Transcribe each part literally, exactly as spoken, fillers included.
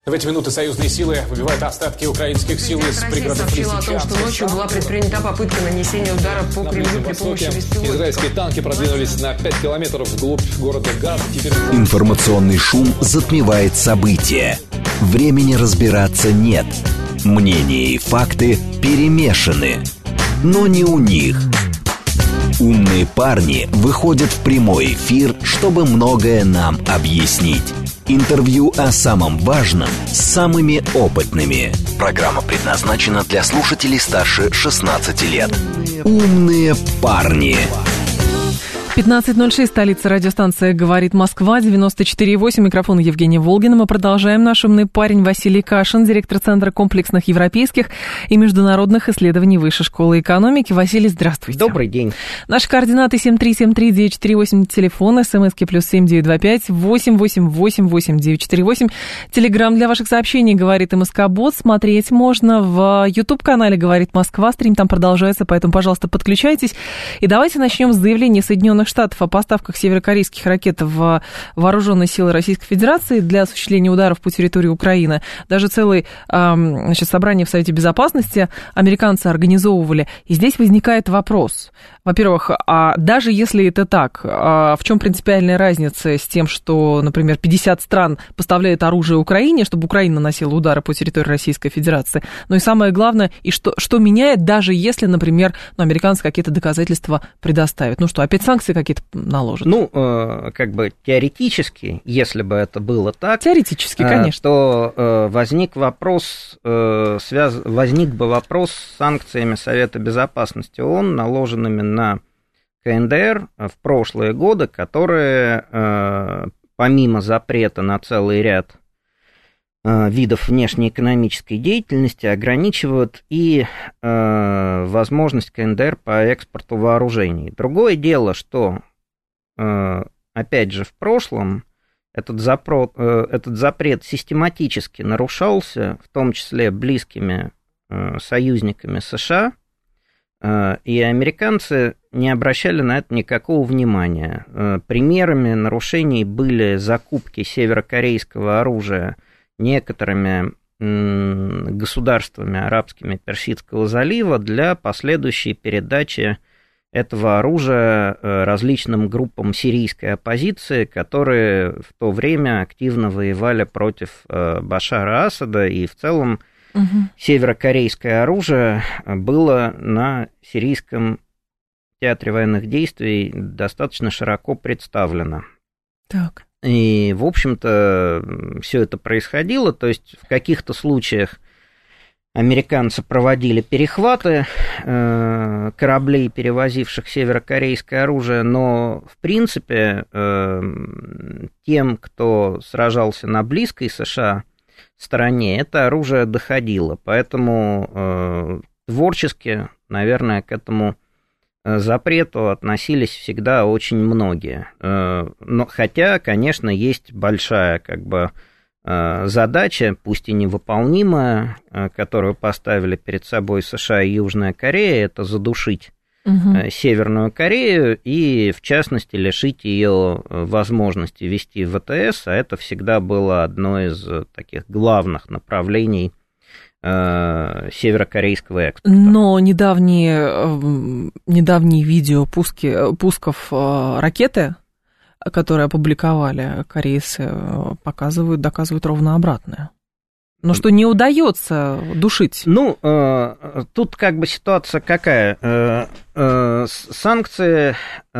В эти минуты союзные силы выбивают остатки украинских сил из пригородов сообщила о том, что ночью была предпринята попытка нанесения удара по Кремлю при помощи беспилотников. Израильские танки продвинулись на пять километров вглубь города Газа. Теперь... Информационный шум затмевает события. Времени разбираться нет. Мнения и факты перемешаны. Но не у них. Умные парни выходят в прямой эфир, чтобы многое нам объяснить. Интервью о самом важном с самыми опытными. Программа предназначена для слушателей старше шестнадцати лет. Умные парни. пятнадцать ноль шесть, столица, радиостанция «Говорит Москва», девяносто четыре и восемь, микрофон Евгения Волгина. Мы продолжаем. Наш умный парень Василий Кашин, директор Центра комплексных европейских и международных исследований Высшей школы экономики. Василий, здравствуйте. Добрый день. Наши координаты семь три семь три девять четыре восемь, телефон, смски плюс семь девять два пять восемь восемь восемь восемь девять четыре восемь. Телеграм для ваших сообщений «Говорит МСК-бот». Смотреть можно в YouTube-канале «Говорит Москва». Стрим там продолжается, поэтому, пожалуйста, подключайтесь. И давайте начнем с заявления Соединенных Штатов о поставках северокорейских ракет в вооруженные силы Российской Федерации для осуществления ударов по территории Украины. Даже целое значит, собрание в Совете Безопасности американцы организовывали. И здесь возникает вопрос. Во-первых, а даже если это так, а в чем принципиальная разница с тем, что, например, пятьдесят стран поставляют оружие Украине, чтобы Украина наносила удары по территории Российской Федерации? Ну и самое главное, и что, что меняет, даже если, например, ну, американцы какие-то доказательства предоставят? Ну что, опять санкции какие-то наложат? Ну, э, как бы теоретически, если бы это было так... Теоретически, конечно. Э, то э, возник вопрос, э, связ... возник бы вопрос с санкциями Совета Безопасности ООН, наложенными на КНДР в прошлые годы, которые, э, помимо запрета на целый ряд э, видов внешнеэкономической деятельности, ограничивают и э, возможность КНДР по экспорту вооружений. Другое дело, что, э, опять же, в прошлом этот, запро... э, этот запрет систематически нарушался, в том числе близкими э, союзниками США, и американцы не обращали на это никакого внимания. Примерами нарушений были закупки северокорейского оружия некоторыми государствами арабскими Персидского залива для последующей передачи этого оружия различным группам сирийской оппозиции, которые в то время активно воевали против Башара Асада, и в целом Угу. северокорейское оружие было на сирийском театре военных действий достаточно широко представлено. Так. И, в общем-то, все это происходило, то есть в каких-то случаях американцы проводили перехваты э, кораблей, перевозивших северокорейское оружие, но, в принципе, э, тем, кто сражался на близкой США стороне, это оружие доходило, поэтому э, творчески, наверное, к этому запрету относились всегда очень многие. Э, но, хотя, конечно, есть большая как бы э, задача, пусть и невыполнимая, э, которую поставили перед собой США и Южная Корея, это задушить угу. Северную Корею и, в частности, лишить ее возможности вести ВТС, а это всегда было одно из таких главных направлений э, северокорейского экспорта. Но недавние, недавние видео пуски, пусков ракеты, которые опубликовали корейцы, показывают, доказывают ровно обратное. Но что не удается душить. Ну, э, тут как бы ситуация какая. Э, э, санкции,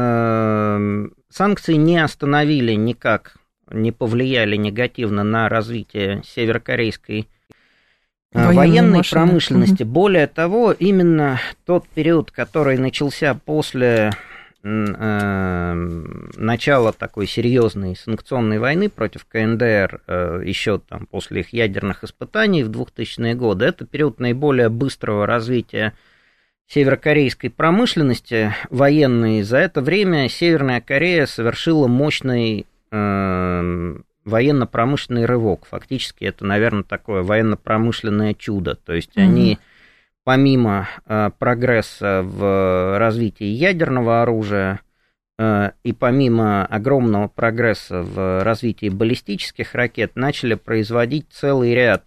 э, санкции не остановили никак, не повлияли негативно на развитие северокорейской э, военной, военной промышленности. Угу. Более того, именно тот период, который начался после начало такой серьезной санкционной войны против КНДР, еще там после их ядерных испытаний в двухтысячные годы, это период наиболее быстрого развития северокорейской промышленности военной. За это время Северная Корея совершила мощный э, военно-промышленный рывок. Фактически это, наверное, такое военно-промышленное чудо. То есть mm-hmm. они... Помимо э, прогресса в развитии ядерного оружия, и помимо огромного прогресса в развитии баллистических ракет, начали производить целый ряд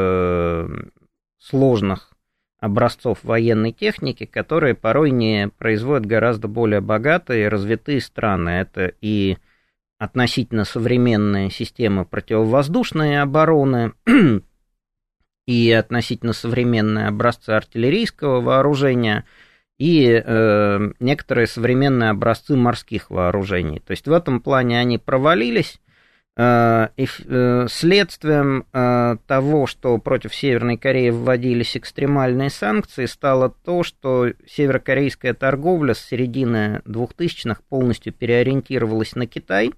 сложных образцов военной техники, которые порой не производят гораздо более богатые и развитые страны. Это и относительно современные системы противовоздушной обороны, и относительно современные образцы артиллерийского вооружения, и э, некоторые современные образцы морских вооружений. То есть в этом плане они провалились, э, и э, следствием э, того, что против Северной Кореи вводились экстремальные санкции, стало то, что северокорейская торговля с середины двухтысячных полностью переориентировалась на Китай.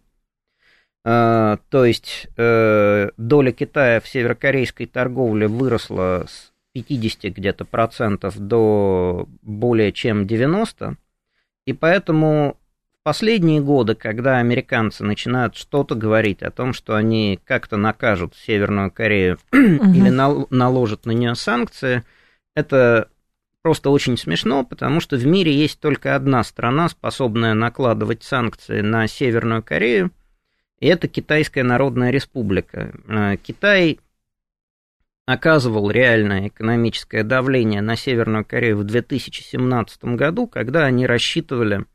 Uh, то есть uh, доля Китая в северокорейской торговле выросла с пятидесяти где-то процентов до более чем девяноста, и поэтому в последние годы, когда американцы начинают что-то говорить о том, что они как-то накажут Северную Корею uh-huh. или нал- наложат на нее санкции, это просто очень смешно, потому что в мире есть только одна страна, способная накладывать санкции на Северную Корею, и это Китайская Народная Республика. Китай оказывал реальное экономическое давление на Северную Корею в две тысячи семнадцатом году, когда они рассчитывали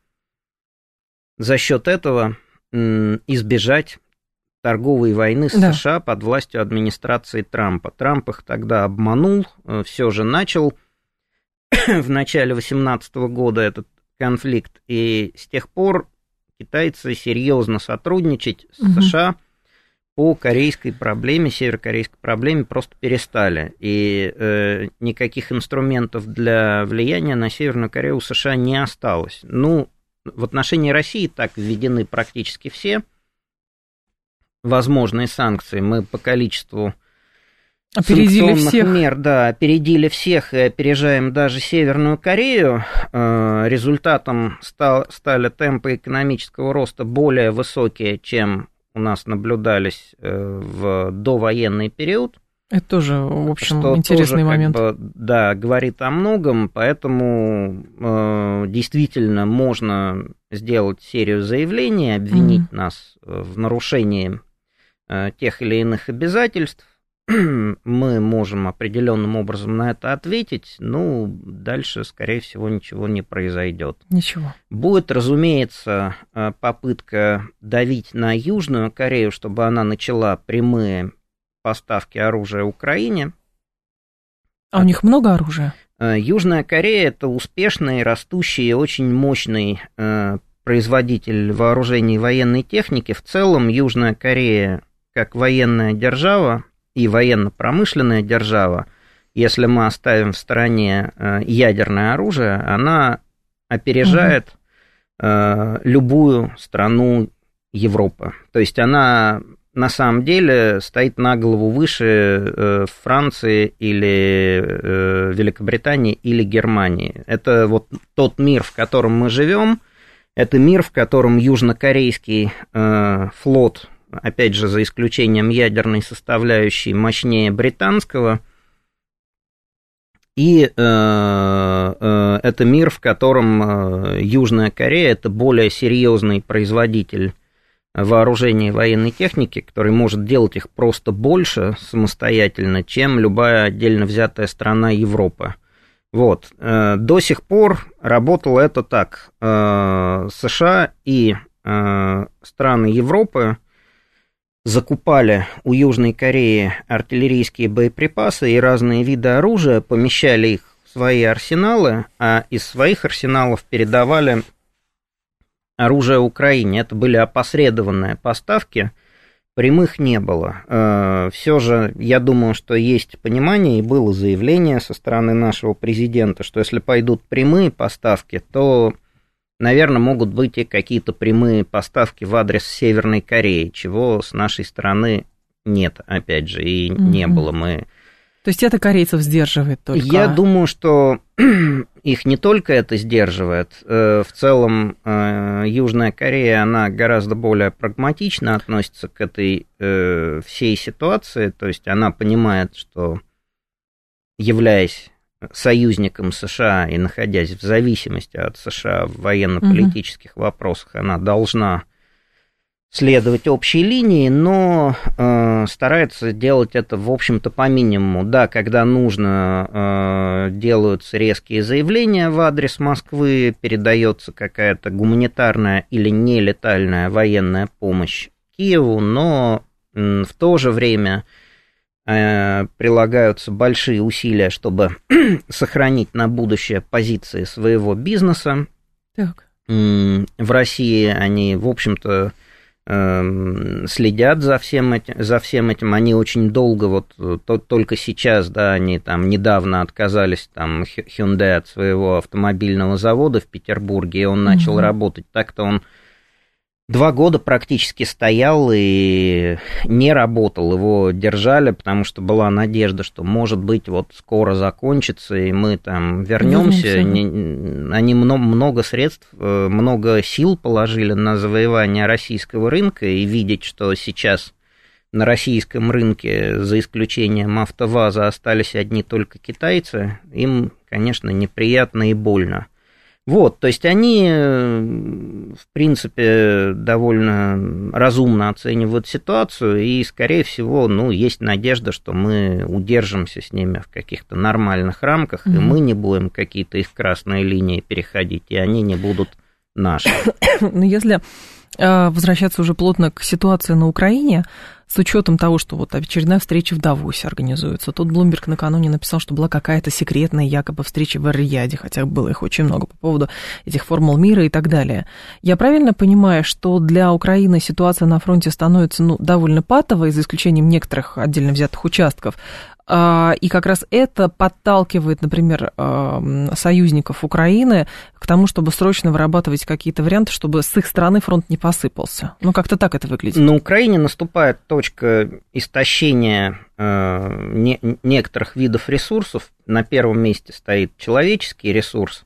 за счет этого избежать торговой войны с да. США под властью администрации Трампа. Трамп их тогда обманул, все же начал в начале две тысячи восемнадцатого года этот конфликт, и с тех пор китайцы серьезно сотрудничать с угу. США по корейской проблеме, северокорейской проблеме просто перестали. И э, никаких инструментов для влияния на Северную Корею у США не осталось. Ну, в отношении России так введены практически все возможные санкции. Мы по количеству опередили всех. Мер, да, опередили всех и опережаем даже Северную Корею. Результатом стал, стали темпы экономического роста более высокие, чем у нас наблюдались в довоенный период. Это тоже, в общем, что интересный тоже, момент. Как бы, да, говорит о многом, поэтому э, действительно можно сделать серию заявлений, обвинить mm-hmm. нас в нарушении э, тех или иных обязательств. Мы можем определенным образом на это ответить, ну, дальше, скорее всего, ничего не произойдет. Ничего. Будет, разумеется, попытка давить на Южную Корею, чтобы она начала прямые поставки оружия Украине. А у них много оружия? Южная Корея – это успешный, растущий и очень мощный производитель вооружений и военной техники. В целом, Южная Корея, как военная держава, и военно-промышленная держава, если мы оставим в стороне ядерное оружие, она опережает угу. любую страну Европы. То есть она на самом деле стоит на голову выше Франции или Великобритании или Германии. Это вот тот мир, в котором мы живем, это мир, в котором южнокорейский флот, опять же, за исключением ядерной составляющей, мощнее британского. И э, э, это мир, в котором э, Южная Корея – это более серьезный производитель вооружений и военной техники, который может делать их просто больше самостоятельно, чем любая отдельно взятая страна Европы. Вот. Э, до сих пор работало это так. Э, США и э, страны Европы закупали у Южной Кореи артиллерийские боеприпасы и разные виды оружия, помещали их в свои арсеналы, а из своих арсеналов передавали оружие Украине. Это были опосредованные поставки, прямых не было. Все же, я думаю, что есть понимание, и было заявление со стороны нашего президента, что если пойдут прямые поставки, то, наверное, могут быть и какие-то прямые поставки в адрес Северной Кореи, чего с нашей стороны нет, опять же, и mm-hmm. не было. Мы... То есть это корейцев сдерживает только? Я думаю, что их не только это сдерживает. В целом, Южная Корея, она гораздо более прагматично относится к этой всей ситуации, то есть она понимает, что, являясь союзником США и находясь в зависимости от США в военно-политических угу. вопросах, она должна следовать общей линии, но э, старается делать это, в общем-то, по минимуму. Да, когда нужно, э, делаются резкие заявления в адрес Москвы, передается какая-то гуманитарная или нелетальная военная помощь Киеву, но э, в то же время э, прилагаются большие усилия, чтобы сохранить на будущее позиции своего бизнеса. Так. Э, в России они, в общем-то, следят за всем этим, за всем этим, они очень долго, вот то, только сейчас, да, они там недавно отказались, там, Hyundai от своего автомобильного завода в Петербурге, и он начал угу. работать, так-то он два года практически стоял и не работал, его держали, потому что была надежда, что, может быть, вот скоро закончится, и мы там вернемся. Они много, много средств, много сил положили на завоевание российского рынка, и видеть, что сейчас на российском рынке, за исключением АвтоВАЗа, остались одни только китайцы, им, конечно, неприятно и больно. Вот, то есть они, в принципе, довольно разумно оценивают ситуацию, и, скорее всего, ну, есть надежда, что мы удержимся с ними в каких-то нормальных рамках, mm-hmm. и мы не будем какие-то их красные линии переходить, и они не будут наши. Но если возвращаться уже плотно к ситуации на Украине, с учетом того, что вот очередная встреча в Давосе организуется. Тут Блумберг накануне написал, что была какая-то секретная якобы встреча в Эр-Рияде, хотя было их очень много по поводу этих формул мира и так далее. Я правильно понимаю, что для Украины ситуация на фронте становится, ну, довольно патовой, за исключением некоторых отдельно взятых участков, и как раз это подталкивает, например, союзников Украины к тому, чтобы срочно вырабатывать какие-то варианты, чтобы с их стороны фронт не посыпался. Ну, как-то так это выглядит. На Украине наступает точка истощения не, некоторых видов ресурсов. На первом месте стоит человеческий ресурс.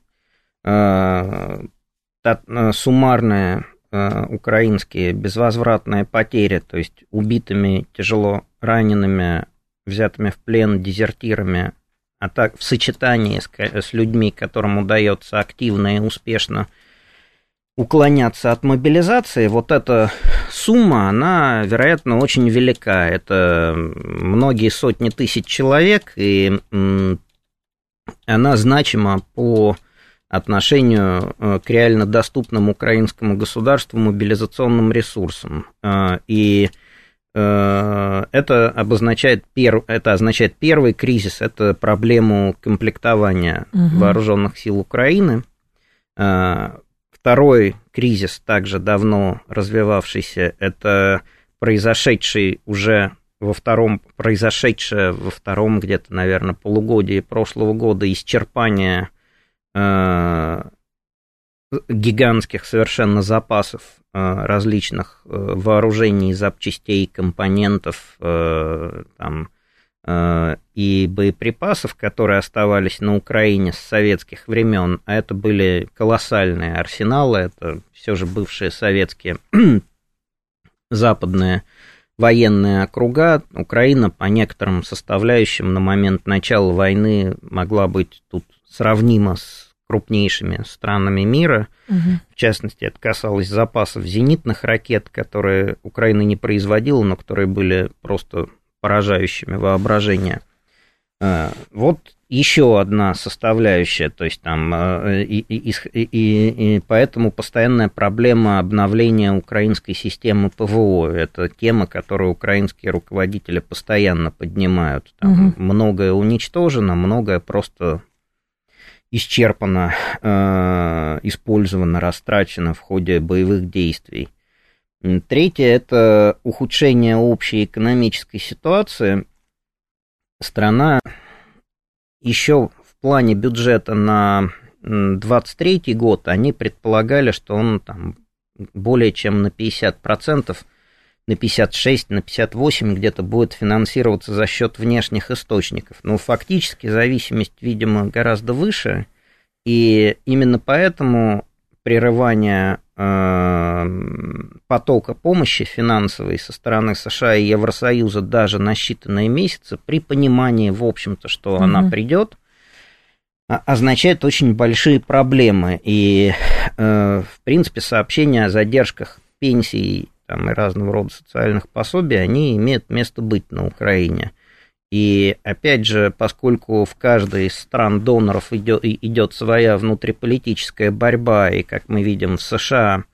Суммарные украинские безвозвратные потери, то есть убитыми, тяжело ранеными, взятыми в плен, дезертирами, а так в сочетании с, с людьми, которым удается активно и успешно уклоняться от мобилизации, вот эта сумма, она, вероятно, очень велика. Это многие сотни тысяч человек, и она значима по отношению к реально доступным украинскому государству мобилизационным ресурсам. И Это обозначает, пер... это означает первый кризис, это проблему комплектования угу. вооруженных сил Украины. Второй кризис, также давно развивавшийся, это произошедший уже во втором, произошедшее во втором где-то, наверное, полугодии прошлого года исчерпание гигантских совершенно запасов различных вооружений, запчастей, компонентов там, и боеприпасов, которые оставались на Украине с советских времен, а это были колоссальные арсеналы, это все же бывшие советские западные военные округа. Украина по некоторым составляющим на момент начала войны могла быть тут сравнима с крупнейшими странами мира. Угу. В частности, это касалось запасов зенитных ракет, которые Украина не производила, но которые были просто поражающими воображение. Вот еще одна составляющая, то есть там и, и, и, и поэтому постоянная проблема обновления украинской системы ПВО. Это тема, которую украинские руководители постоянно поднимают. Там угу. многое уничтожено, многое просто исчерпано, э, использовано, растрачено в ходе боевых действий. Третье – это ухудшение общей экономической ситуации. Страна еще в плане бюджета на двадцать третий год, они предполагали, что он там более чем на пятьдесят процентов, на пятьдесят шесть процентов, на пятьдесят восемь процентов где-то будет финансироваться за счет внешних источников. Но фактически зависимость, видимо, гораздо выше, и именно поэтому прерывание э, потока помощи финансовой со стороны США и Евросоюза даже на считанные месяцы, при понимании, в общем-то, что mm-hmm. она придет, означает очень большие проблемы. И, в принципе, сообщения о задержках пенсий там, и разного рода социальных пособий, они имеют место быть на Украине. И, опять же, поскольку в каждой из стран-доноров идет, идет своя внутриполитическая борьба, и, как мы видим, в США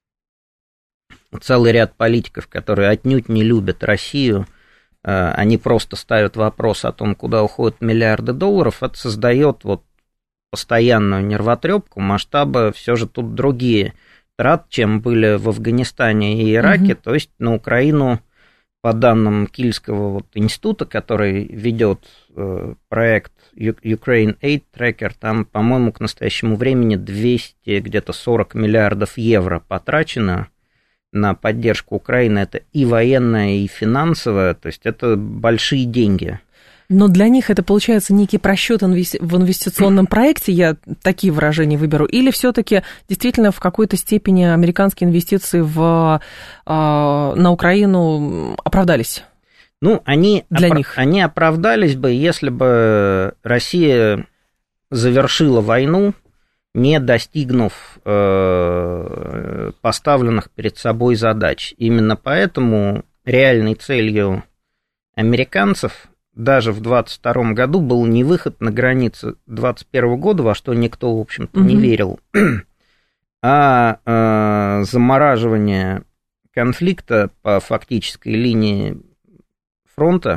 целый ряд политиков, которые отнюдь не любят Россию, они просто ставят вопрос о том, куда уходят миллиарды долларов, это создает вот постоянную нервотрепку, масштабы все же тут другие трат, чем были в Афганистане и Ираке, mm-hmm. то есть на Украину, по данным Кильского вот института, который ведет э, проект Ukraine Aid Tracker, там, по-моему, к настоящему времени двести, где-то сорок миллиардов евро потрачено на поддержку Украины. Это и военная, и финансовая, то есть это большие деньги. Но для них это получается некий просчет в инвестиционном проекте, я такие выражения выберу, или все-таки действительно в какой-то степени американские инвестиции в, на Украину оправдались? Ну, они, для опра- них. они оправдались бы, если бы Россия завершила войну, не достигнув э, поставленных перед собой задач. Именно поэтому реальной целью американцев даже в двадцать втором году был не выход на границы двадцать первого года, во что никто, в общем-то, mm-hmm. не верил, а э, замораживание конфликта по фактической линии фронта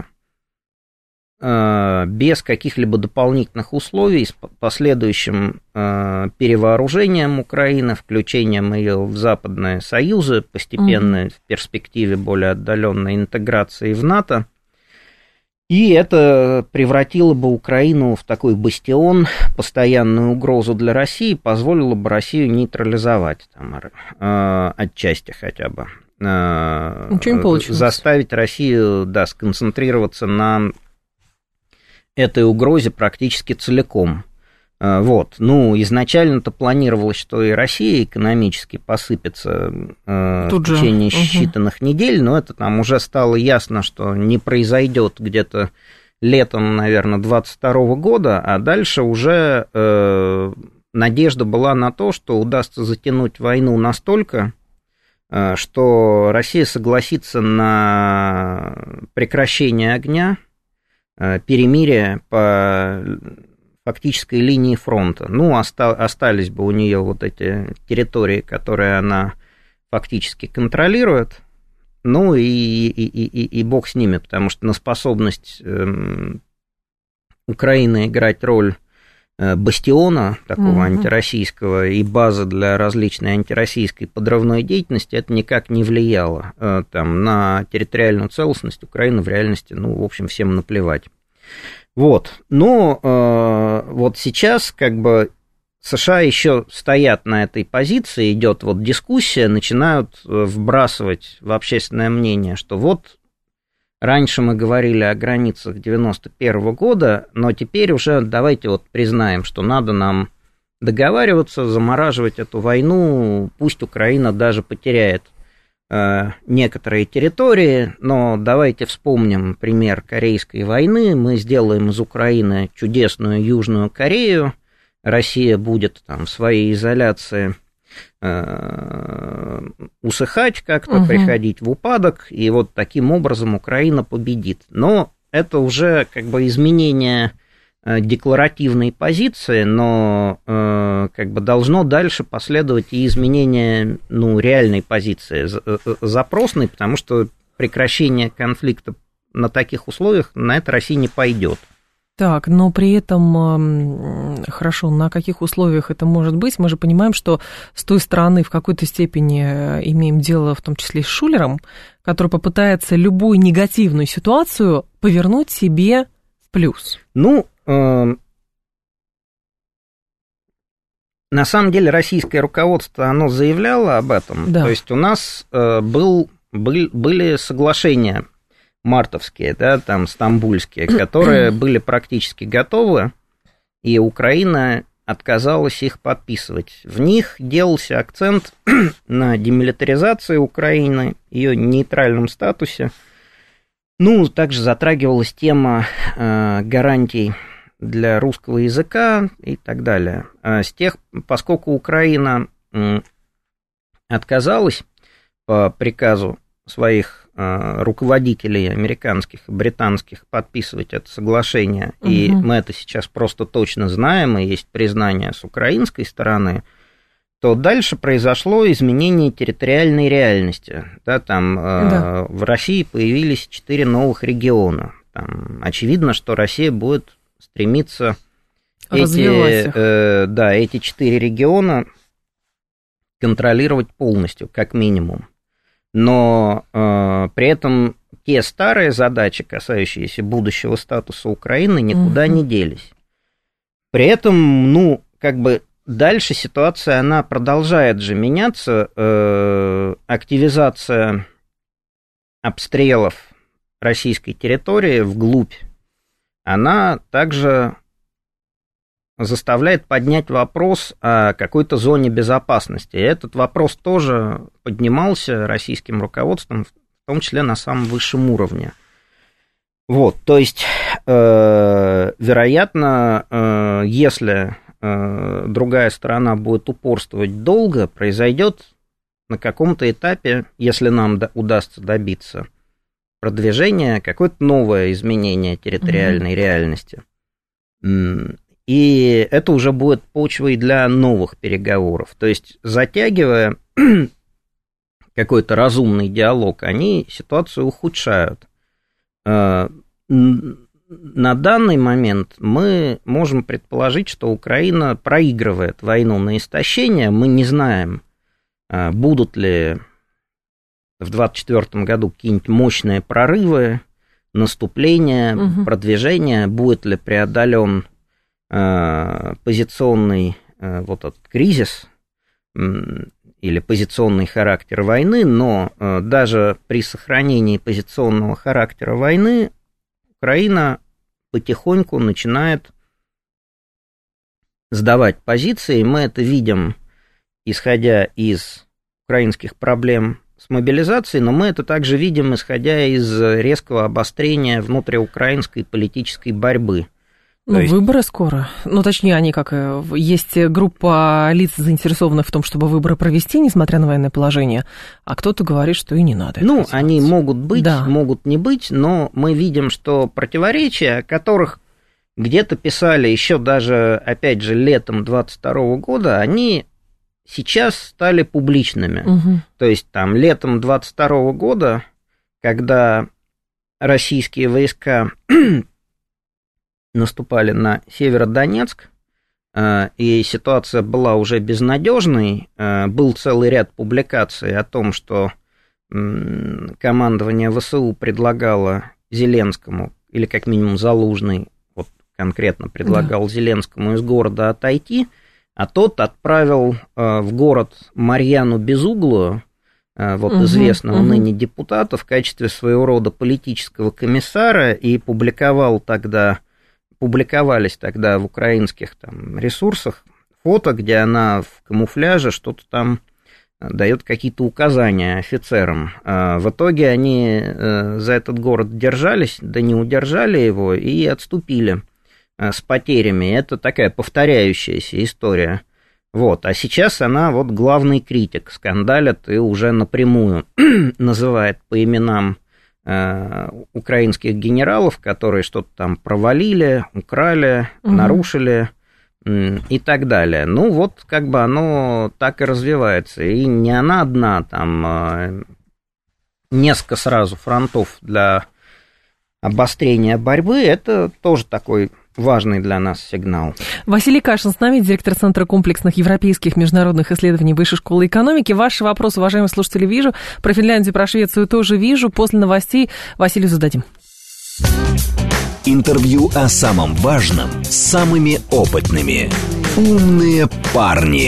э, без каких-либо дополнительных условий, с последующим э, перевооружением Украины, включением ее в западные союзы, постепенной mm-hmm. в перспективе более отдаленной интеграции в НАТО. И это превратило бы Украину в такой бастион, постоянную угрозу для России, позволило бы Россию нейтрализовать, там, э, отчасти хотя бы. Э, Ничего не получилось. Заставить Россию, да, сконцентрироваться на этой угрозе практически целиком. Э, вот. Ну, изначально-то планировалось, что и Россия экономически посыпется э, в течение же. считанных угу. недель, но это там уже стало ясно, что не произойдет где-то летом, наверное, двадцать второго года, а дальше уже э, надежда была на то, что удастся затянуть войну настолько, э, что Россия согласится на прекращение огня, э, перемирие по фактической линии фронта. Ну, оста- остались бы у нее вот эти территории, которые она фактически контролирует, ну и, и, и, и, и бог с ними, потому что на способность э, Украины играть роль э, бастиона, такого mm-hmm. антироссийского, и базы для различной антироссийской подрывной деятельности, это никак не влияло э, там, на территориальную целостность Украины в реальности, ну, в общем, всем наплевать. Вот, но э, вот сейчас как бы США еще стоят на этой позиции, идет вот дискуссия, начинают вбрасывать в общественное мнение, что вот раньше мы говорили о границах девяносто первого года, но теперь уже давайте вот признаем, что надо нам договариваться, замораживать эту войну, пусть Украина даже потеряет некоторые территории, но давайте вспомним пример Корейской войны, мы сделаем из Украины чудесную Южную Корею, Россия будет там в своей изоляции э, усыхать как-то, угу. приходить в упадок, и вот таким образом Украина победит. Но это уже как бы изменение декларативной позиции, но э, как бы должно дальше последовать и изменение, ну, реальной позиции, запросной, потому что прекращение конфликта на таких условиях на это Россия не пойдет. Так, но при этом, хорошо, на каких условиях это может быть? Мы же понимаем, что с той стороны в какой-то степени имеем дело в том числе с Шулером, который попытается любую негативную ситуацию повернуть себе в плюс. Ну, э, на самом деле российское руководство, оно заявляло об этом. Да. То есть у нас э, был, был, были соглашения мартовские, да, там, стамбульские, которые были практически готовы, и Украина отказалась их подписывать. В них делался акцент на демилитаризации Украины, ее нейтральном статусе. Ну, также затрагивалась тема э, гарантий для русского языка и так далее. С тех, поскольку Украина отказалась по приказу своих руководителей американских и британских подписывать это соглашение, угу. и мы это сейчас просто точно знаем, и есть признание с украинской стороны, то дальше произошло изменение территориальной реальности. Да, там да. Э, в России появились четыре новых региона. Там, очевидно, что Россия будет стремиться эти, э, да, эти четыре региона контролировать полностью, как минимум. Но э, при этом те старые задачи, касающиеся будущего статуса Украины, никуда mm-hmm. не делись. При этом, ну, как бы дальше ситуация, она продолжает же меняться. Э, активизация обстрелов российской территории вглубь, она также заставляет поднять вопрос о какой-то зоне безопасности. И этот вопрос тоже поднимался российским руководством, в том числе на самом высшем уровне. Вот, то есть, э, вероятно, э, если э, другая сторона будет упорствовать долго, произойдет на каком-то этапе, если нам до- удастся добиться продвижения, какое-то новое изменение территориальной mm-hmm. реальности. И это уже будет почвой для новых переговоров. То есть, затягивая какой-то разумный диалог, они ситуацию ухудшают. На данный момент мы можем предположить, что Украина проигрывает войну на истощение. Мы не знаем, будут ли в двадцать четвёртом году какие-нибудь мощные прорывы, наступления, угу. продвижения, будет ли преодолен позиционный вот этот кризис или позиционный характер войны, но даже при сохранении позиционного характера войны Украина потихоньку начинает сдавать позиции. Мы это видим, исходя из украинских проблем с мобилизацией, но мы это также видим, исходя из резкого обострения внутриукраинской политической борьбы. Ну, есть... выборы скоро. Ну, точнее, они как... Есть группа лиц, заинтересованных в том, чтобы выборы провести, несмотря на военное положение, а кто-то говорит, что и не надо. Ну, они могут быть, да. могут не быть, но мы видим, что противоречия, о которых где-то писали еще даже, опять же, летом двадцать второго года, они сейчас стали публичными. Угу. То есть, там, летом двадцать второго года, когда российские войска... наступали на Северодонецк, и ситуация была уже безнадежной. Был целый ряд публикаций о том, что командование ВСУ предлагало Зеленскому, или как минимум Залужный, вот конкретно предлагал да. Зеленскому из города отойти, а тот отправил в город Марьяну Безуглую, вот угу, известного угу. ныне депутата, в качестве своего рода политического комиссара, и публиковал тогда... Публиковались тогда в украинских там ресурсах фото, где она в камуфляже что-то там дает какие-то указания офицерам. В итоге они за этот город держались, да не удержали его и отступили с потерями. Это такая повторяющаяся история. Вот. А сейчас она вот главный критик, скандалит и уже напрямую называет по именам украинских генералов, которые что-то там провалили, украли, угу. нарушили и так далее. Ну, вот как бы оно так и развивается. И не она одна, там несколько сразу фронтов для обострения борьбы. Это тоже такой важный для нас сигнал. Василий Кашин с нами, директор Центра комплексных европейских международных исследований Высшей школы экономики. Ваши вопросы, уважаемые слушатели, вижу. Про Финляндию, про Швецию тоже вижу. После новостей Василию зададим. Интервью о самом важном с самыми опытными. Умные парни.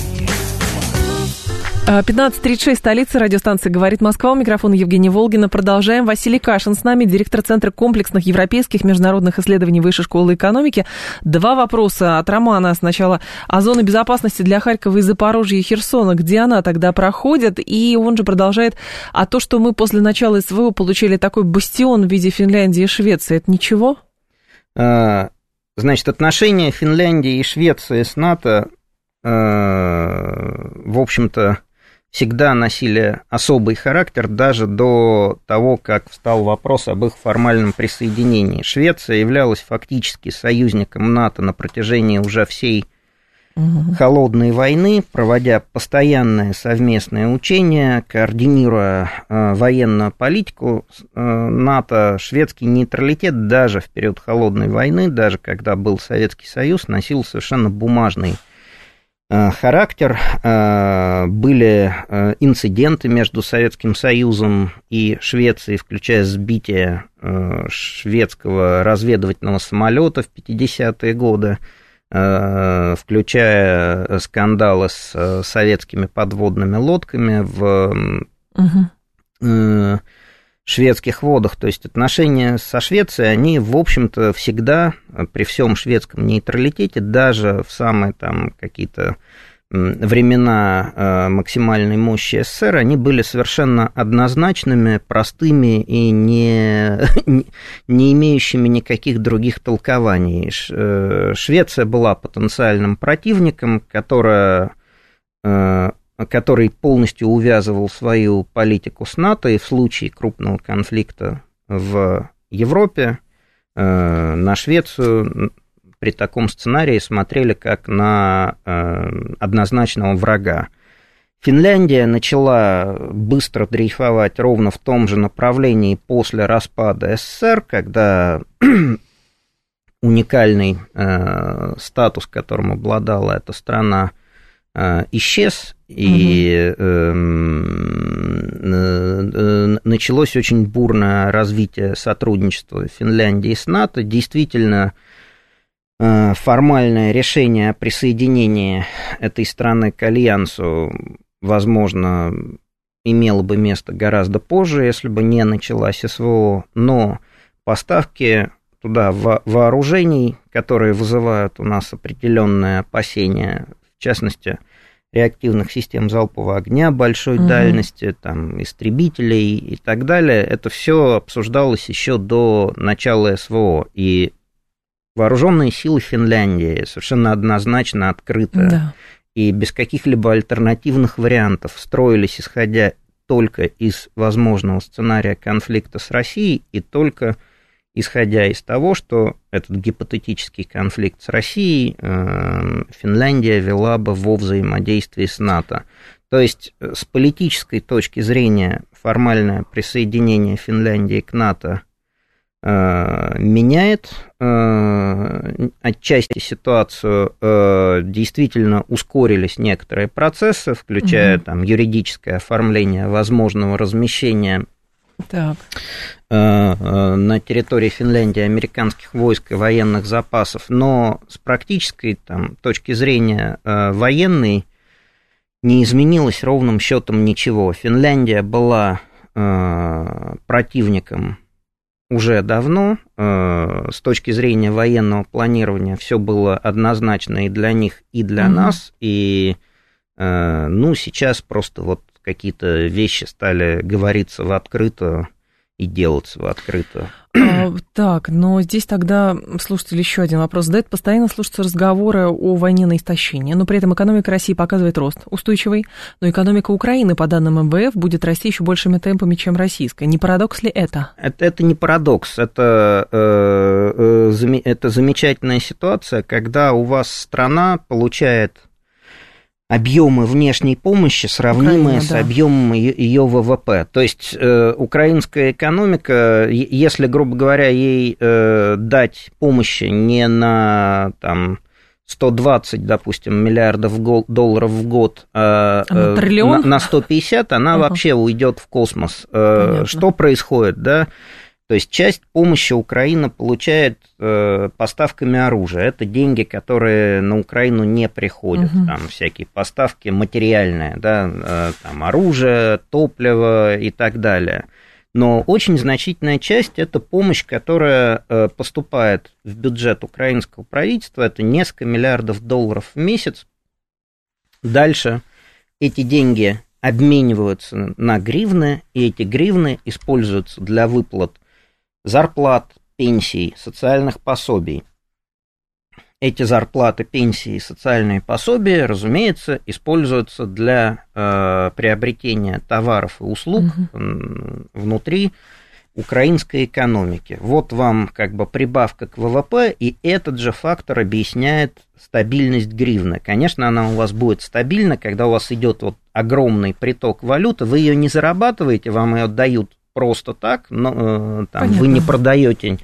пятнадцать тридцать шесть, столица, радиостанция «Говорит Москва». У микрофона Евгения Волгина. Продолжаем. Василий Кашин с нами, директор Центра комплексных европейских международных исследований Высшей школы экономики. Два вопроса от Романа. Сначала о зоне безопасности для Харькова и Запорожья и Херсона. Где она тогда проходит? И он же продолжает. А то, что мы после начала СВО получили такой бастион в виде Финляндии и Швеции, это ничего? Значит, отношения Финляндии и Швеции с НАТО, э, в общем-то, всегда носили особый характер даже до того, как встал вопрос об их формальном присоединении. Швеция являлась фактически союзником НАТО на протяжении уже всей угу. холодной войны, проводя постоянные совместные учения, координируя э, военную политику э, НАТО. Шведский нейтралитет даже в период холодной войны, даже когда был Советский Союз, носил совершенно бумажный характер. Были инциденты между Советским Союзом и Швецией, включая сбитие шведского разведывательного самолета в пятидесятые годы, включая скандалы с советскими подводными лодками в угу. шведских водах. То есть отношения со Швецией, они, в общем-то, всегда, при всем шведском нейтралитете, даже в самые там какие-то времена максимальной мощи СССР, они были совершенно однозначными, простыми и не, не имеющими никаких других толкований. Швеция была потенциальным противником, которая... который полностью увязывал свою политику с НАТО, и в случае крупного конфликта в Европе э, на Швецию при таком сценарии смотрели как на э, однозначного врага. Финляндия начала быстро дрейфовать ровно в том же направлении после распада СССР, когда уникальный э, статус, которым обладала эта страна, исчез, и угу. э, э, началось очень бурное развитие сотрудничества Финляндии с НАТО. Действительно, э, формальное решение о присоединении этой страны к альянсу, возможно, имело бы место гораздо позже, если бы не началась СВО, но поставки туда вооружений, которые вызывают у нас определенные опасения, в частности, реактивных систем залпового огня большой mm-hmm. дальности, там, истребителей и так далее, это все обсуждалось еще до начала СВО. И вооруженные силы Финляндии совершенно однозначно открыто да. и без каких-либо альтернативных вариантов строились, исходя только из возможного сценария конфликта с Россией и только исходя из того, что этот гипотетический конфликт с Россией э, Финляндия вела бы во взаимодействии с НАТО. То есть с политической точки зрения формальное присоединение Финляндии к НАТО э, меняет э, отчасти ситуацию, э, действительно ускорились некоторые процессы, включая угу. там, юридическое оформление возможного размещения Так. на территории Финляндии американских войск и военных запасов, но с практической там, точки зрения военной не изменилось ровным счетом ничего. Финляндия была противником уже давно, с точки зрения военного планирования все было однозначно и для них, и для mm-hmm. нас, и ну, сейчас просто вот какие-то вещи стали говориться в открытую и делаться в открытую. А, так, но здесь тогда, слушатель, еще один вопрос задает. Постоянно слушаются разговоры о войне на истощение, но при этом экономика России показывает рост устойчивый, но экономика Украины, по данным эм вэ эф, будет расти еще большими темпами, чем российская. Не парадокс ли это? Это, это не парадокс, это, э, э, это замечательная ситуация, когда у вас страна получает объемы внешней помощи, сравнимые Украина, с да. объемом ее вэ вэ пэ. То есть э, украинская экономика, если, грубо говоря, ей э, дать помощи не на там, сто двадцать, допустим, миллиардов долларов в год, а э, на, на сто пятьдесят, она uh-huh. вообще уйдет в космос. Э, что происходит, да? То есть часть помощи Украина получает э, поставками оружия. Это деньги, которые на Украину не приходят. Угу. Там всякие поставки материальные, да, э, там оружие, топливо и так далее. Но очень значительная часть – это помощь, которая э, поступает в бюджет украинского правительства. Это несколько миллиардов долларов в месяц. Дальше эти деньги обмениваются на гривны, и эти гривны используются для выплат зарплат, пенсий, социальных пособий. эти зарплаты, пенсии и социальные пособия, разумеется, используются для э, приобретения товаров и услуг угу. внутри украинской экономики. Вот вам как бы прибавка к ВВП, и этот же фактор объясняет стабильность гривны. Конечно, она у вас будет стабильна, когда у вас идет вот огромный приток валюты, вы ее не зарабатываете, вам ее дают просто так, но э, там, вы не продаете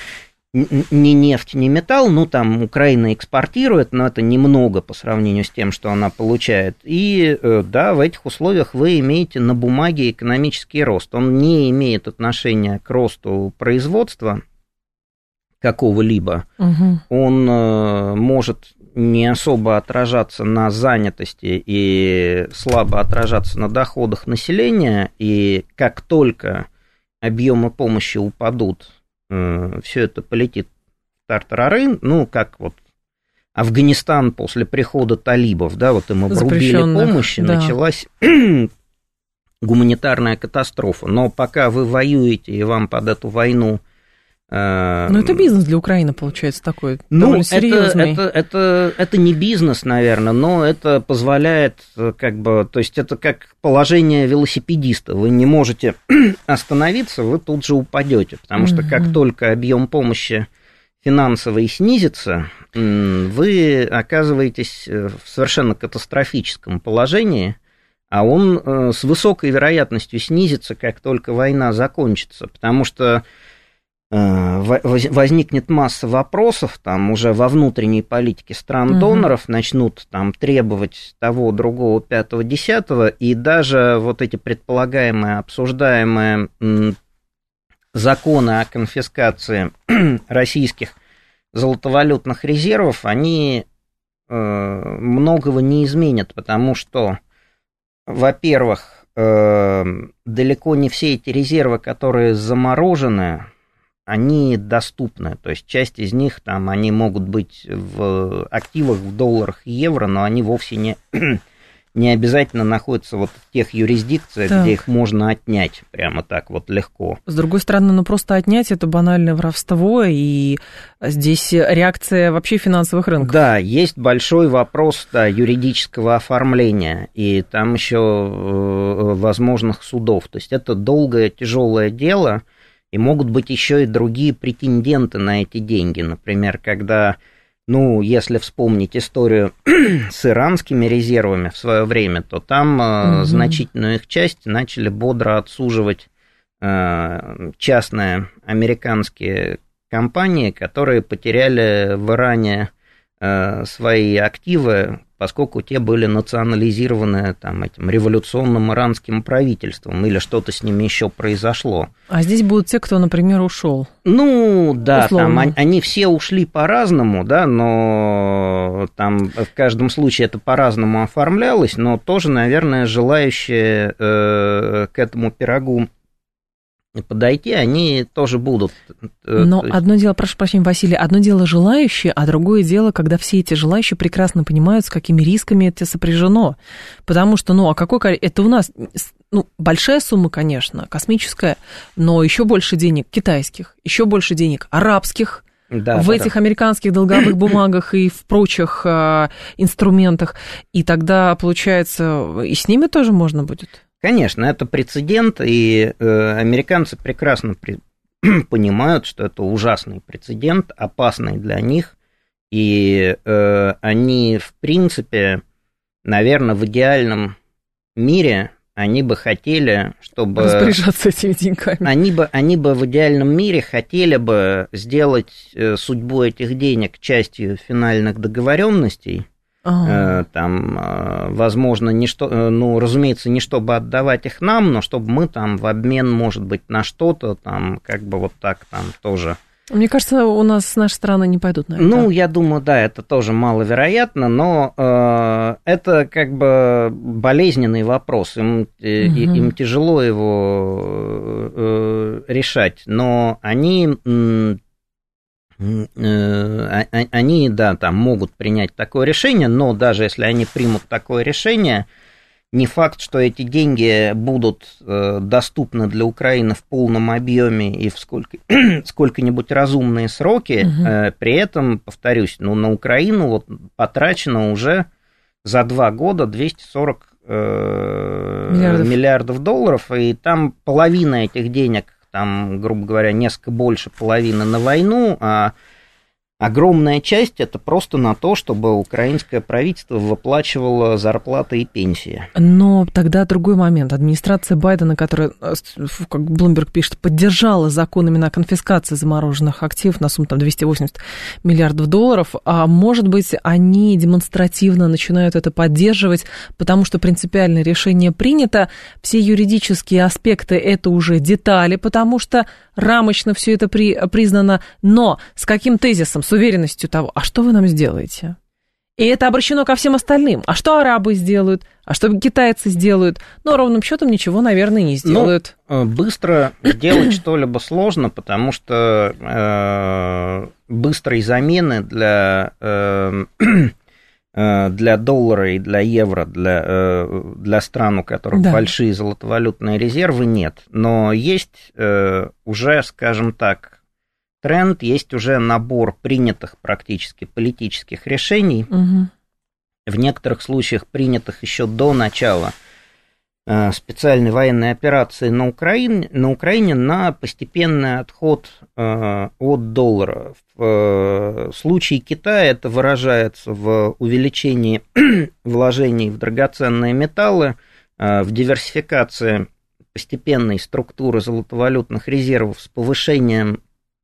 ни нефть, ни металл, ну там Украина экспортирует, но это немного по сравнению с тем, что она получает. И да, в этих условиях вы имеете на бумаге экономический рост. Он не имеет отношения к росту производства какого-либо. Угу. Он э, может не особо отражаться на занятости и слабо отражаться на доходах населения. И как только объемы помощи упадут, все это полетит в тартарары, ну, как вот Афганистан после прихода талибов, да, вот им обрубили помощь, и да. началась гуманитарная катастрофа. Но пока вы воюете, и вам под эту войну... Э, ну, это бизнес для Украины, получается, такой, ну, серьезный. Это, это, это, это не бизнес, наверное, но это позволяет, как бы, то есть это как положение велосипедиста. Вы не можете остановиться, вы тут же упадете, потому что как только объем помощи финансовый снизится, вы оказываетесь в совершенно катастрофическом положении, а он с высокой вероятностью снизится, как только война закончится, потому что возникнет масса вопросов, там уже во внутренней политике стран-доноров, угу. начнут там требовать того, другого, пятого, десятого, и даже вот эти предполагаемые, обсуждаемые законы о конфискации российских золотовалютных резервов, они многого не изменят, потому что, во-первых, далеко не все эти резервы, которые заморожены, они доступны, то есть часть из них, там, они могут быть в активах, в долларах и евро, но они вовсе не, не обязательно находятся вот в тех юрисдикциях, так. где их можно отнять прямо так вот легко. С другой стороны, ну просто отнять это банальное воровство, и здесь реакция вообще финансовых рынков. Да, есть большой вопрос да, юридического оформления, и там еще э, возможных судов, то есть это долгое, тяжелое дело. И могут быть еще и другие претенденты на эти деньги. Например, когда, ну, если вспомнить историю с иранскими резервами в свое время, то там угу. значительную их часть начали бодро отсуживать частные американские компании, которые потеряли в Иране свои активы, поскольку те были национализированы там, этим революционным иранским правительством, или что-то с ними еще произошло. А здесь будут те, кто, например, ушел. Ну, да, там, они, они все ушли по-разному, да, но там в каждом случае это по-разному оформлялось, но тоже, наверное, желающие э, к этому пирогу подойти, они тоже будут. Но есть... одно дело, прошу прощения, Василий, одно дело желающие, а другое дело, когда все эти желающие прекрасно понимают, с какими рисками это сопряжено. Потому что, ну, а какой... Это у нас, ну, большая сумма, конечно, космическая, но еще больше денег китайских, еще больше денег арабских, да, в да, этих да. американских долговых бумагах и в прочих а, инструментах. И тогда, получается, и с ними тоже можно будет... Конечно, это прецедент, и э, американцы прекрасно при... понимают, что это ужасный прецедент, опасный для них, и э, они, в принципе, наверное, в идеальном мире они бы хотели, чтобы... Распоряжаться этими деньгами. Они бы, они бы в идеальном мире хотели бы сделать судьбу этих денег частью финальных договоренностей. Ага. Там, возможно, не что, ну, разумеется, не чтобы отдавать их нам, но чтобы мы там в обмен, может быть, на что-то, там, как бы вот так там тоже. Мне кажется, у нас с нашей стороны не пойдут на это. Ну, я думаю, да, это тоже маловероятно, но э, это как бы болезненный вопрос, им, угу. э, им тяжело его э, решать, но они... Э, Они, да, там могут принять такое решение, но даже если они примут такое решение, Не факт, что эти деньги будут э, доступны для Украины в полном объеме и в сколько, сколько-нибудь разумные сроки. Угу. Э, при этом, повторюсь, ну, на Украину вот потрачено уже за два года двести сорок э, миллиардов. миллиардов долларов, и там половина этих денег, там, грубо говоря, несколько больше половины на войну, а огромная часть это просто на то, чтобы украинское правительство выплачивало зарплаты и пенсии. Но тогда другой момент. Администрация Байдена, которая, как Bloomberg пишет, поддержала закон именно о конфискации замороженных активов на сумму там, двести восемьдесят миллиардов долларов, а может быть, они демонстративно начинают это поддерживать, потому что принципиальное решение принято, все юридические аспекты это уже детали, потому что рамочно все это при, признано, но с каким тезисом? С уверенностью того, а что вы нам сделаете? И это обращено ко всем остальным. А что арабы сделают? А что китайцы сделают? Ну, ровным счетом ничего, наверное, не сделают. Ну, быстро сделать что-либо сложно, потому что э, быстрой замены для, э, для доллара и для евро, для, э, для стран, у которых да. большие золотовалютные резервы, нет. Но есть э, уже, скажем так, тренд, есть уже набор принятых практически политических решений, угу. в некоторых случаях принятых еще до начала э, специальной военной операции на Украине, на Украине на постепенный отход э, от доллара. В э, случае Китая это выражается в увеличении вложений в драгоценные металлы, э, в диверсификации постепенной структуры золотовалютных резервов с повышением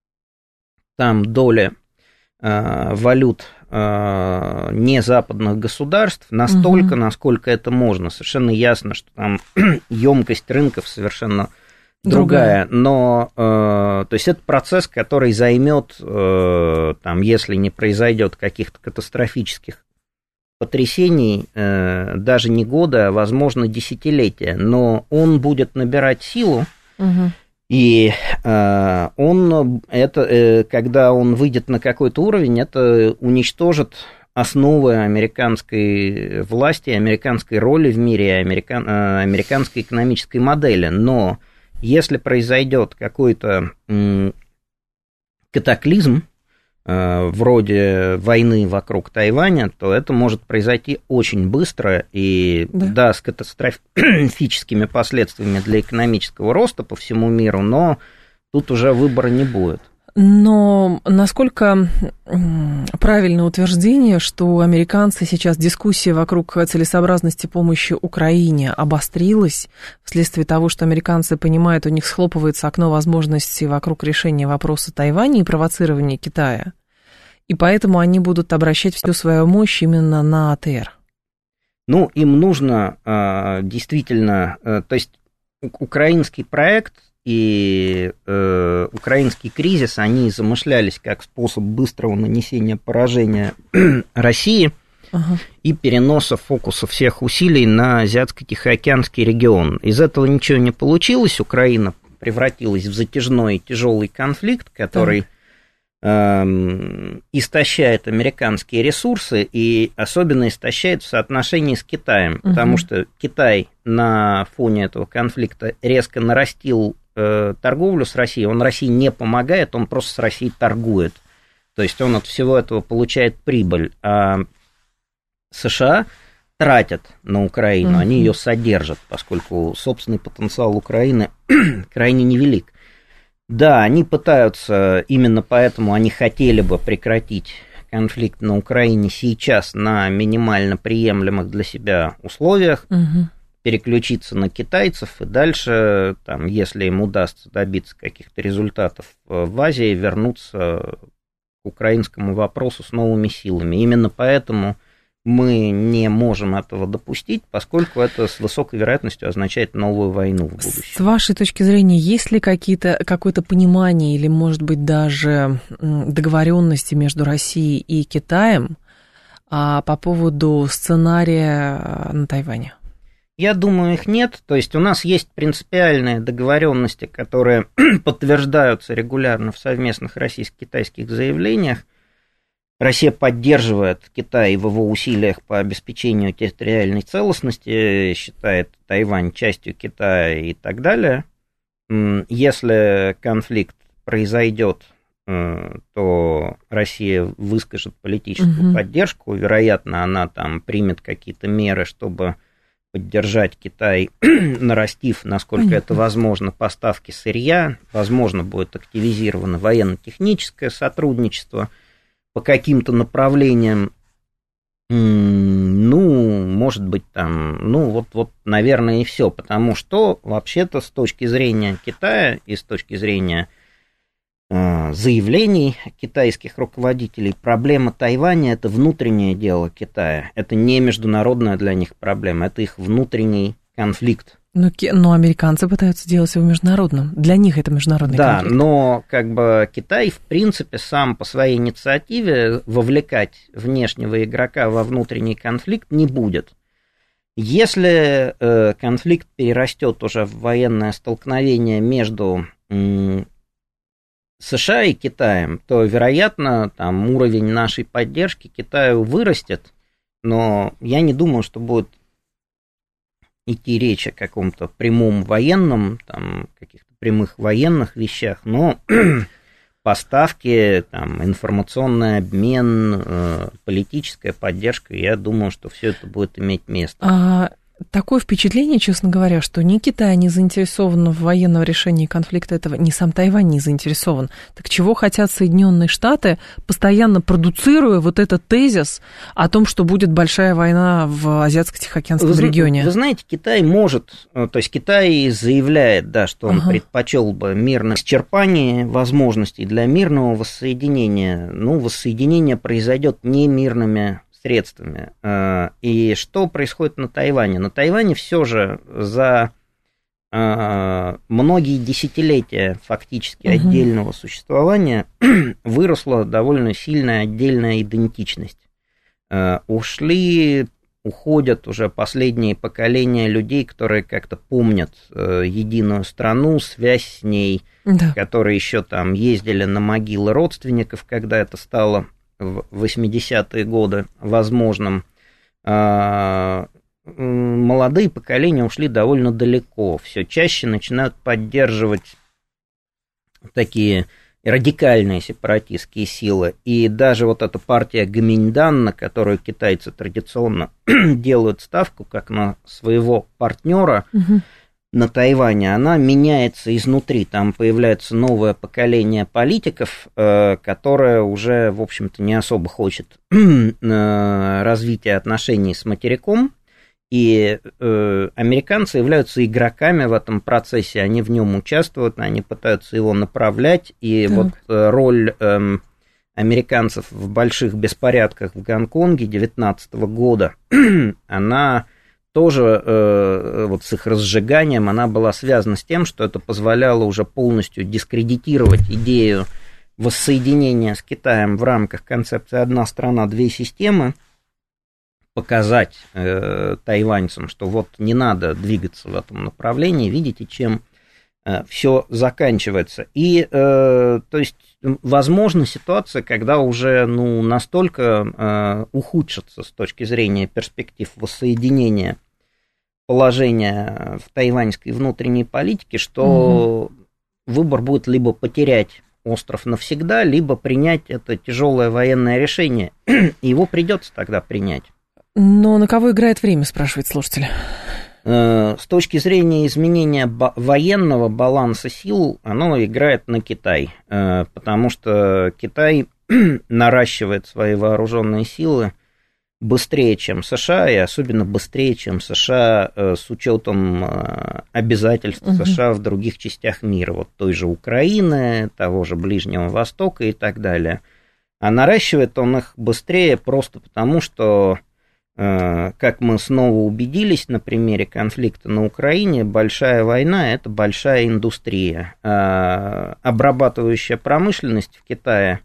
там доля э, валют э, незападных государств настолько, угу. насколько это можно. Совершенно ясно, что там емкость рынков совершенно другая. другая. Но, э, то есть, это процесс, который займет, э, там, если не произойдет каких-то катастрофических потрясений, э, даже не года, а, возможно, десятилетия. Но он будет набирать силу. Угу. И э, он, это, э, когда он выйдет на какой-то уровень, это уничтожит основы американской власти, американской роли в мире, американ, э, американской экономической модели. Но если произойдет какой-то э, катаклизм, э, вроде войны вокруг Тайваня, то это может произойти очень быстро и да, да с катастрофическими последствиями для экономического роста по всему миру, но тут уже выбора не будет. Но насколько правильное утверждение, что американцы сейчас дискуссия вокруг целесообразности помощи Украине обострилась вследствие того, что американцы понимают, у них схлопывается окно возможностей вокруг решения вопроса Тайваня и провоцирования Китая, и поэтому они будут обращать всю свою мощь именно на АТР? Ну, им нужно действительно, то есть украинский проект и э, украинский кризис, они замышлялись как способ быстрого нанесения поражения России ага. и переноса фокуса всех усилий на Азиатско-Тихоокеанский регион. Из этого ничего не получилось, Украина превратилась в затяжной тяжелый конфликт, который э, истощает американские ресурсы и особенно истощает в соотношении с Китаем, угу. потому что Китай на фоне этого конфликта резко нарастил торговлю с Россией, он России не помогает, он просто с Россией торгует. То есть он от всего этого получает прибыль. А США тратят на Украину, mm-hmm. они ее содержат, поскольку собственный потенциал Украины крайне невелик. Да, они пытаются, именно поэтому они хотели бы прекратить конфликт на Украине сейчас на минимально приемлемых для себя условиях, mm-hmm. переключиться на китайцев и дальше, там, если им удастся добиться каких-то результатов в Азии, вернуться к украинскому вопросу с новыми силами. Именно поэтому мы не можем этого допустить, поскольку это с высокой вероятностью означает новую войну в будущем. С вашей точки зрения, есть ли какие-то, какое-то понимание или, может быть, даже договоренности между Россией и Китаем а, по поводу сценария на Тайване? Я думаю, их нет. То есть у нас есть принципиальные договоренности, которые подтверждаются регулярно в совместных российско-китайских заявлениях. Россия поддерживает Китай в его усилиях по обеспечению территориальной целостности, считает Тайвань частью Китая и так далее. Если конфликт произойдет, то Россия выскажет политическую угу. поддержку, вероятно, она там примет какие-то меры, чтобы поддержать Китай, нарастив, насколько Понятно. Это возможно, поставки сырья, возможно, будет активизировано военно-техническое сотрудничество по каким-то направлениям, ну, может быть, там, ну, вот, вот, наверное, и все, потому что, вообще-то, с точки зрения Китая и с точки зрения э, заявлений китайских руководителей, проблема Тайваня – это внутреннее дело Китая, это не международная для них проблема, это их внутренний конфликт. Но, но американцы пытаются сделать его международным. Для них это международный да, конфликт. Да, но как бы Китай, в принципе, сам по своей инициативе вовлекать внешнего игрока во внутренний конфликт не будет. Если э, конфликт перерастет уже в военное столкновение между э, США и Китаем, то, вероятно, там уровень нашей поддержки Китаю вырастет, но я не думаю, что будет идти речь о каком-то прямом военном, там, каких-то прямых военных вещах, но поставки, там, информационный обмен, э, политическая поддержка, я думаю, что все это будет иметь место. А, такое впечатление, честно говоря, что ни Китай не заинтересован в военном решении конфликта этого, ни сам Тайвань не заинтересован. Так чего хотят Соединенные Штаты, постоянно продуцируя вот этот тезис о том, что будет большая война в Азиатско-Тихоокеанском вы, регионе? Вы знаете, Китай может, то есть Китай заявляет, да, что он ага. предпочел бы мирное исчерпание возможностей для мирного воссоединения. Ну, воссоединение произойдет не мирными средствами. И что происходит на Тайване? На Тайване все же за многие десятилетия фактически угу. отдельного существования выросла довольно сильная отдельная идентичность. Ушли, уходят уже последние поколения людей, которые как-то помнят единую страну, связь с ней, да. которые еще там ездили на могилы родственников, когда это стало в восьмидесятые годы возможным. Молодые поколения ушли довольно далеко, все чаще начинают поддерживать такие радикальные сепаратистские силы. И даже вот эта партия Гоминьдан, на которую китайцы традиционно делают ставку как на своего партнера, угу. на Тайване, она меняется изнутри. Там появляется новое поколение политиков, которое уже, в общем-то, не особо хочет развития отношений с материком. И американцы являются игроками в этом процессе, они в нем участвуют, они пытаются его направлять. И так. вот роль американцев в больших беспорядках в Гонконге две тысячи девятнадцатого года, она... тоже э, вот с их разжиганием она была связана с тем, что это позволяло уже полностью дискредитировать идею воссоединения с Китаем в рамках концепции «одна страна, две системы», показать э, тайваньцам, что вот не надо двигаться в этом направлении, видите, чем э, все заканчивается. И, э, то есть, возможна ситуация, когда уже ну, настолько э, ухудшится с точки зрения перспектив воссоединения положения в тайваньской внутренней политике, что угу. выбор будет либо потерять остров навсегда, либо принять это тяжелое военное решение. И его придется тогда принять. Но на кого играет время, спрашивает слушатель? С точки зрения изменения военного баланса сил, оно играет на Китай, потому что Китай наращивает свои вооруженные силы быстрее, чем США, и особенно быстрее, чем США с учетом обязательств угу. США в других частях мира, вот той же Украины, того же Ближнего Востока и так далее. А наращивает он их быстрее просто потому, что как мы снова убедились на примере конфликта на Украине, большая война – это большая индустрия. Обрабатывающая промышленность в Китае,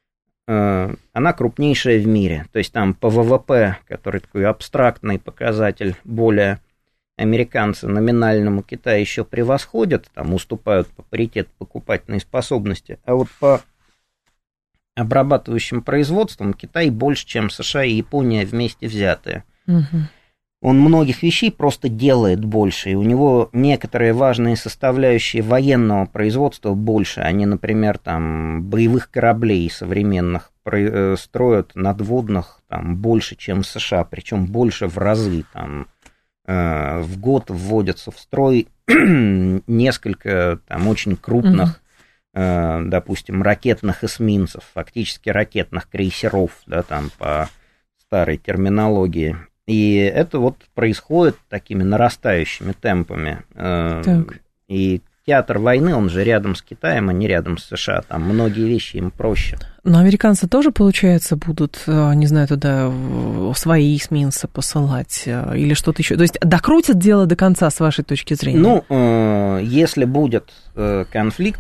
она крупнейшая в мире. То есть там по ВВП, который такой абстрактный показатель, более американцы номинальному Китаю еще превосходят, там уступают по паритету покупательной способности. А вот по обрабатывающим производством Китай больше, чем США и Япония вместе взятые. Угу. Он многих вещей просто делает больше, и у него некоторые важные составляющие военного производства больше. Они, например, там, боевых кораблей современных строят надводных там, больше, чем в США, причем больше в разы. Там, э, в год вводятся в строй несколько там, очень крупных, э, допустим, ракетных эсминцев, фактически ракетных крейсеров, да, там, по старой терминологии. И это вот происходит такими нарастающими темпами. Так. И театр войны, он же рядом с Китаем, а не рядом с США. Там многие вещи им проще. Но американцы тоже, получается, будут, не знаю, туда свои эсминцы посылать или что-то еще? То есть докрутят дело до конца, с вашей точки зрения? Ну, если будет конфликт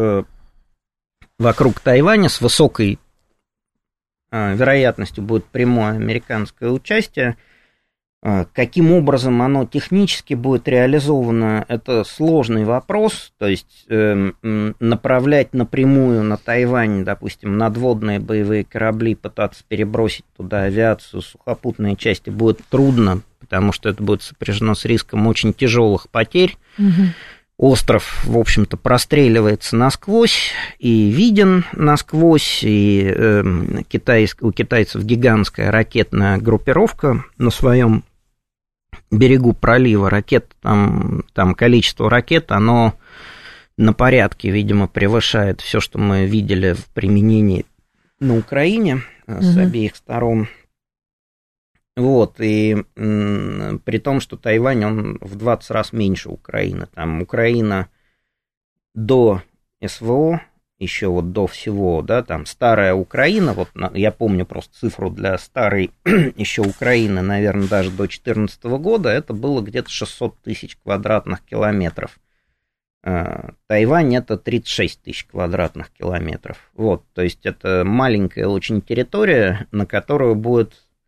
вокруг Тайваня с высокой вероятностью будет прямое американское участие. Каким образом оно технически будет реализовано, это сложный вопрос. То есть э, направлять напрямую на Тайвань, допустим, надводные боевые корабли, пытаться перебросить туда авиацию, сухопутные части будет трудно, потому что это будет сопряжено с риском очень тяжелых потерь. Угу. Остров, в общем-то, простреливается насквозь и виден насквозь, и э, китайск, у китайцев гигантская ракетная группировка на своем берегу пролива. Ракет, там, там количество ракет, оно на порядке, видимо, превышает все, что мы видели в применении на Украине mm-hmm. с обеих сторон. Вот, и м, при том, что Тайвань, он в двадцать раз меньше Украины. Там Украина до СВО, еще вот до всего, да, там старая Украина, вот я помню просто цифру для старой еще Украины, наверное, даже до две тысячи четырнадцатого года, это было где-то шестьсот тысяч квадратных километров. Тайвань это тридцать шесть тысяч квадратных километров. Вот, то есть это маленькая очень территория, на которую будет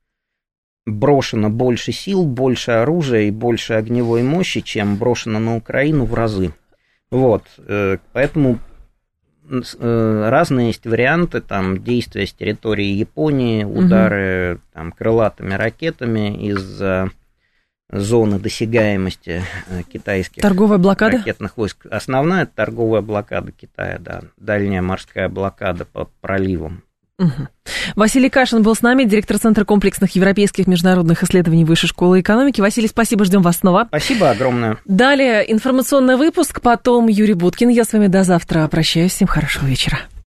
брошено больше сил, больше оружия и больше огневой мощи, чем брошено на Украину в разы. Вот, поэтому разные есть варианты там, действия с территории Японии, удары угу. там, крылатыми ракетами из зоны досягаемости китайских торговая блокада? Ракетных войск. Основная это торговая блокада Китая, да, дальняя морская блокада по проливам. Угу. Василий Кашин был с нами, директор Центра комплексных европейских международных исследований Высшей школы экономики. Василий, спасибо, ждем вас снова. Спасибо огромное. Далее информационный выпуск, потом Юрий Буткин. Я с вами до завтра прощаюсь. Всем хорошего вечера.